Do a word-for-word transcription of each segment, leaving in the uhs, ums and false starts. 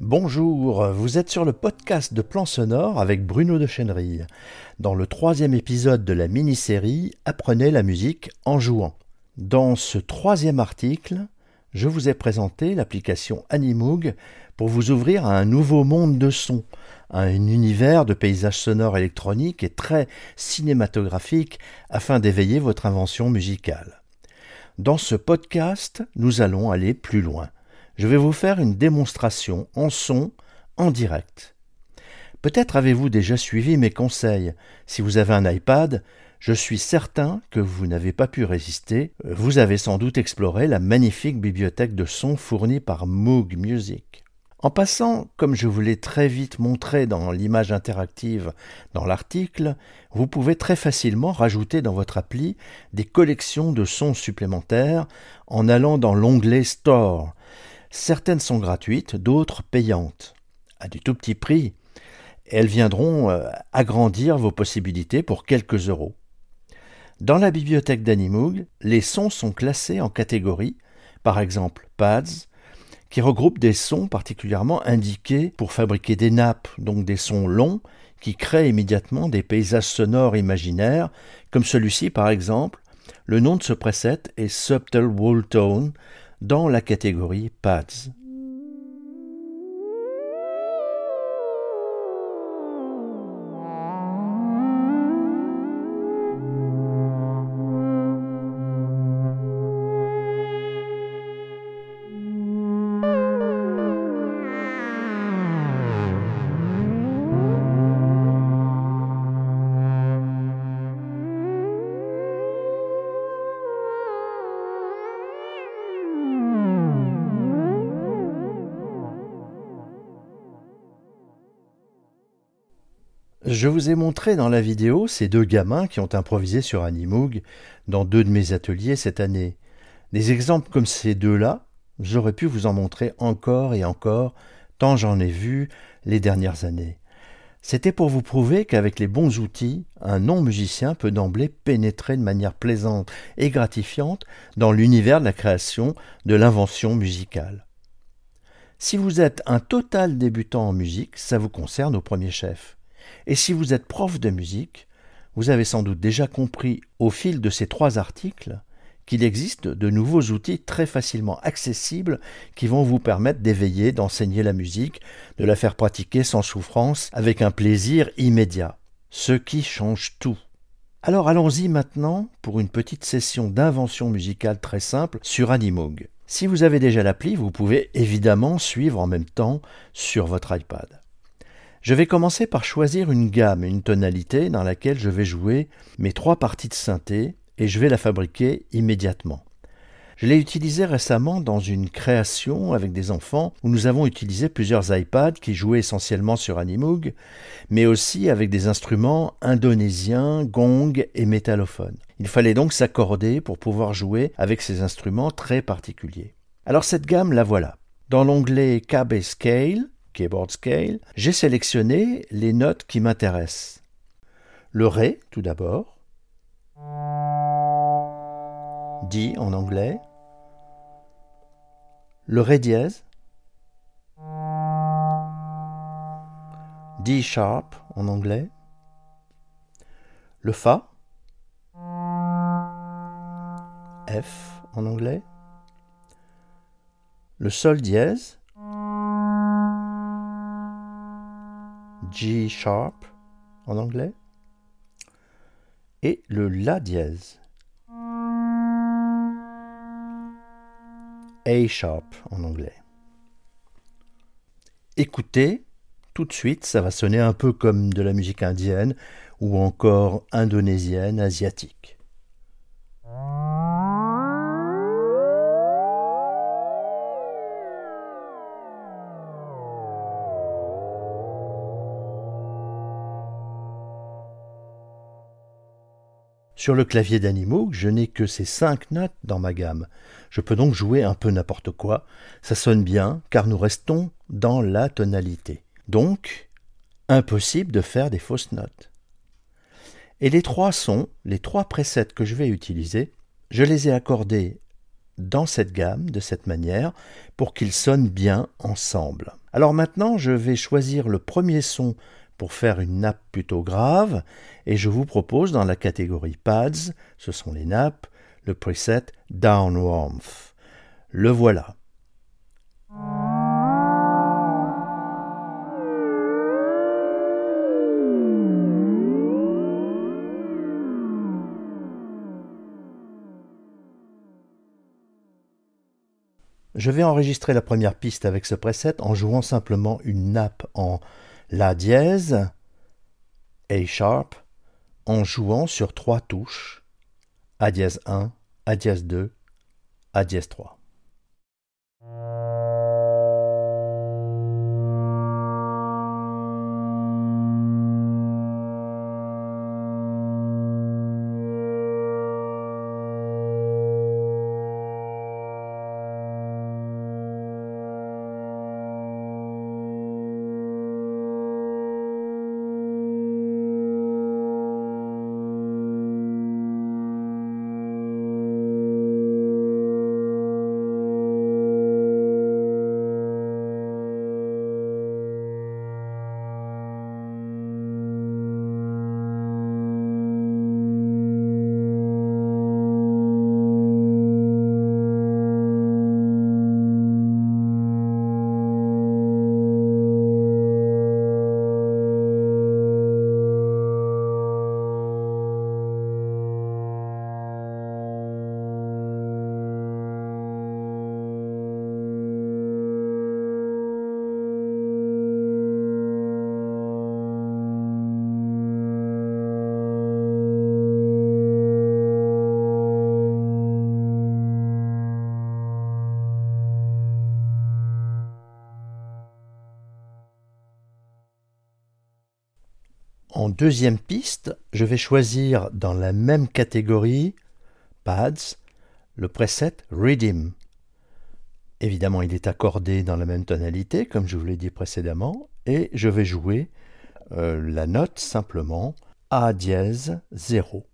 Bonjour, vous êtes sur le podcast de Plan Sonore avec Bruno de Chenerille. Dans le troisième épisode de la mini-série « Apprenez la musique en jouant ». Dans ce troisième article, je vous ai présenté l'application Animoog pour vous ouvrir à un nouveau monde de sons, à un univers de paysages sonores électroniques et très cinématographiques afin d'éveiller votre invention musicale. Dans ce podcast, nous allons aller plus loin. Je vais vous faire une démonstration en son, en direct. Peut-être avez-vous déjà suivi mes conseils. Si vous avez un iPad, je suis certain que vous n'avez pas pu résister. Vous avez sans doute exploré la magnifique bibliothèque de sons fournie par Moog Music. En passant, comme je vous l'ai très vite montré dans l'image interactive dans l'article, vous pouvez très facilement rajouter dans votre appli des collections de sons supplémentaires en allant dans l'onglet Store. Certaines sont gratuites, d'autres payantes, à du tout petit prix. Elles viendront euh, agrandir vos possibilités pour quelques euros. Dans la bibliothèque d'Animoog, les sons sont classés en catégories, par exemple pads, qui regroupent des sons particulièrement indiqués pour fabriquer des nappes, donc des sons longs, qui créent immédiatement des paysages sonores imaginaires, comme celui-ci par exemple. Le nom de ce preset est Subtle Wall Tone, dans la catégorie Pads. Je vous ai montré dans la vidéo ces deux gamins qui ont improvisé sur Animoog dans deux de mes ateliers cette année. Des exemples comme ces deux-là, j'aurais pu vous en montrer encore et encore, tant j'en ai vu les dernières années. C'était pour vous prouver qu'avec les bons outils, un non-musicien peut d'emblée pénétrer de manière plaisante et gratifiante dans l'univers de la création, de l'invention musicale. Si vous êtes un total débutant en musique, ça vous concerne au premier chef. Et si vous êtes prof de musique, vous avez sans doute déjà compris au fil de ces trois articles qu'il existe de nouveaux outils très facilement accessibles qui vont vous permettre d'éveiller, d'enseigner la musique, de la faire pratiquer sans souffrance, avec un plaisir immédiat, ce qui change tout. Alors allons-y maintenant pour une petite session d'invention musicale très simple sur Animoog. Si vous avez déjà l'appli, vous pouvez évidemment suivre en même temps sur votre iPad. Je vais commencer par choisir une gamme, une tonalité dans laquelle je vais jouer mes trois parties de synthé et je vais la fabriquer immédiatement. Je l'ai utilisé récemment dans une création avec des enfants où nous avons utilisé plusieurs iPads qui jouaient essentiellement sur Animoog, mais aussi avec des instruments indonésiens, gongs et métallophones. Il fallait donc s'accorder pour pouvoir jouer avec ces instruments très particuliers. Alors cette gamme, la voilà. Dans l'onglet Kb Scale, Keyboard Scale, j'ai sélectionné les notes qui m'intéressent. Le Ré, tout d'abord. Di en anglais. Le Ré dièse. D sharp en anglais. Le Fa. F en anglais. Le Sol dièse. G sharp en anglais et le La dièse, A sharp en anglais. Écoutez, tout de suite, ça va sonner un peu comme de la musique indienne ou encore indonésienne, asiatique. Sur le clavier d'Animoog, je n'ai que ces cinq notes dans ma gamme. Je peux donc jouer un peu n'importe quoi. Ça sonne bien, car nous restons dans la tonalité. Donc, impossible de faire des fausses notes. Et les trois sons, les trois presets que je vais utiliser, je les ai accordés dans cette gamme, de cette manière, pour qu'ils sonnent bien ensemble. Alors maintenant, je vais choisir le premier son pour faire une nappe plutôt grave, et je vous propose dans la catégorie pads, ce sont les nappes, le preset Downwarmth. Le voilà. Je vais enregistrer la première piste avec ce preset en jouant simplement une nappe en La dièse, A sharp, en jouant sur trois touches, A dièse un, A dièse deux, A dièse trois. En deuxième piste, je vais choisir dans la même catégorie, pads, le preset Rhythm. Évidemment, il est accordé dans la même tonalité, comme je vous l'ai dit précédemment, et je vais jouer euh, la note simplement A dièse zéro.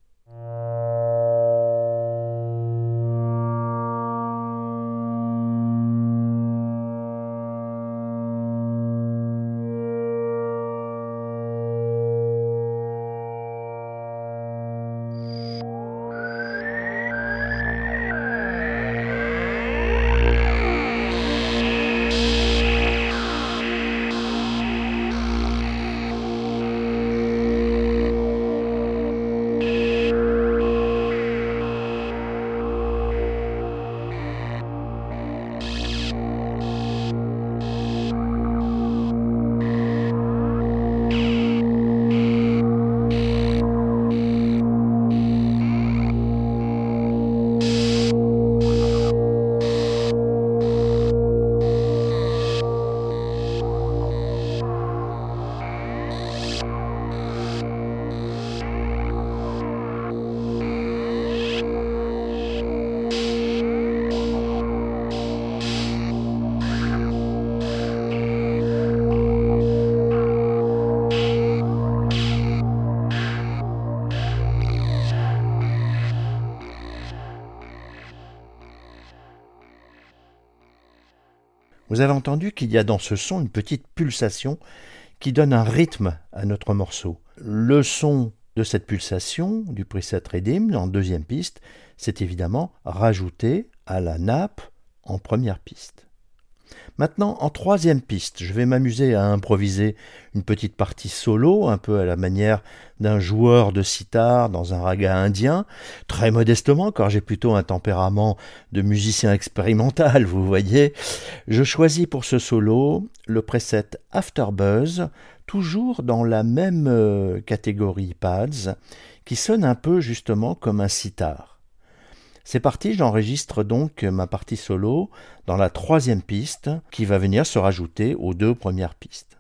Vous avez entendu qu'il y a dans ce son une petite pulsation qui donne un rythme à notre morceau. Le son de cette pulsation du preset Rhythm en deuxième piste, c'est évidemment rajouté à la nappe en première piste. Maintenant, en troisième piste, je vais m'amuser à improviser une petite partie solo, un peu à la manière d'un joueur de sitar dans un raga indien, très modestement, car j'ai plutôt un tempérament de musicien expérimental, vous voyez. Je choisis pour ce solo le preset Afterbuzz, toujours dans la même euh, catégorie pads, qui sonne un peu justement comme un sitar. C'est parti, j'enregistre donc ma partie solo dans la troisième piste qui va venir se rajouter aux deux premières pistes.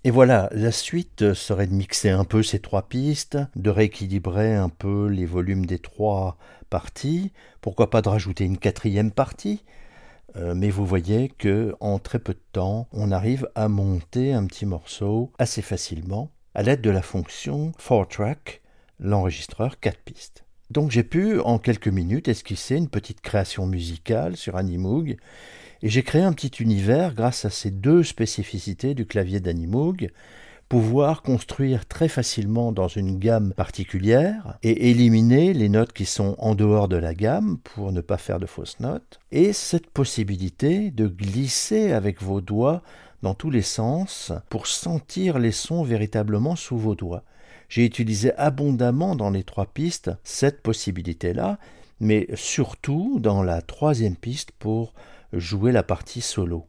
Et voilà, la suite serait de mixer un peu ces trois pistes, de rééquilibrer un peu les volumes des trois parties, pourquoi pas de rajouter une quatrième partie, euh, mais vous voyez que en très peu de temps, on arrive à monter un petit morceau assez facilement à l'aide de la fonction four track, l'enregistreur quatre pistes. Donc j'ai pu en quelques minutes esquisser une petite création musicale sur Animoog, et j'ai créé un petit univers grâce à ces deux spécificités du clavier d'Animoog, pouvoir construire très facilement dans une gamme particulière et éliminer les notes qui sont en dehors de la gamme pour ne pas faire de fausses notes, et cette possibilité de glisser avec vos doigts dans tous les sens pour sentir les sons véritablement sous vos doigts. J'ai utilisé abondamment dans les trois pistes cette possibilité-là, mais surtout dans la troisième piste pour jouer la partie solo.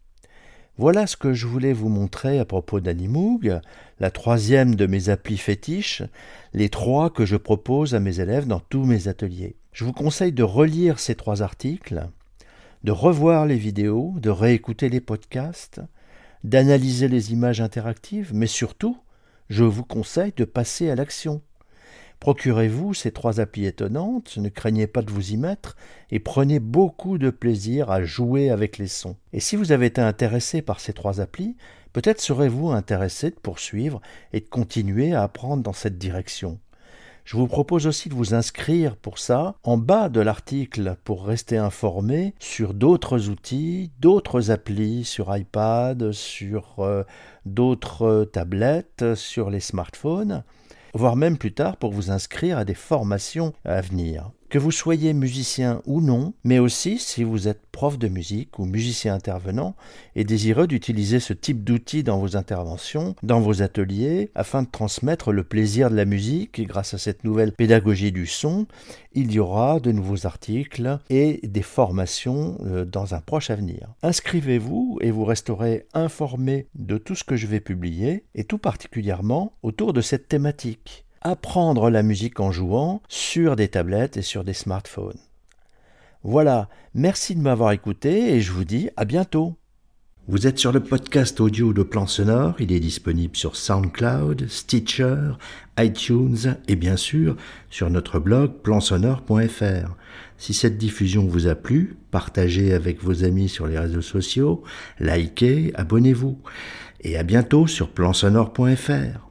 Voilà ce que je voulais vous montrer à propos d'Animoog, la troisième de mes applis fétiches, les trois que je propose à mes élèves dans tous mes ateliers. Je vous conseille de relire ces trois articles, de revoir les vidéos, de réécouter les podcasts, d'analyser les images interactives, mais surtout, je vous conseille de passer à l'action. Procurez-vous ces trois applis étonnantes, ne craignez pas de vous y mettre et prenez beaucoup de plaisir à jouer avec les sons. Et si vous avez été intéressé par ces trois applis, peut-être serez-vous intéressé de poursuivre et de continuer à apprendre dans cette direction. Je vous propose aussi de vous inscrire pour ça en bas de l'article pour rester informé sur d'autres outils, d'autres applis sur iPad, sur euh, d'autres tablettes, sur les smartphones, voire même plus tard pour vous inscrire à des formations à venir. Que vous soyez musicien ou non, mais aussi si vous êtes prof de musique ou musicien intervenant et désireux d'utiliser ce type d'outils dans vos interventions, dans vos ateliers, afin de transmettre le plaisir de la musique, et grâce à cette nouvelle pédagogie du son, il y aura de nouveaux articles et des formations dans un proche avenir. Inscrivez-vous et vous resterez informé de tout ce que je vais publier, et tout particulièrement autour de cette thématique. Apprendre la musique en jouant sur des tablettes et sur des smartphones. Voilà, merci de m'avoir écouté et je vous dis à bientôt. Vous êtes sur le podcast audio de Plan Sonore, il est disponible sur SoundCloud, Stitcher, iTunes et bien sûr sur notre blog plan sonore point f r. Si cette diffusion vous a plu, partagez avec vos amis sur les réseaux sociaux, likez, abonnez-vous et à bientôt sur plan sonore point f r.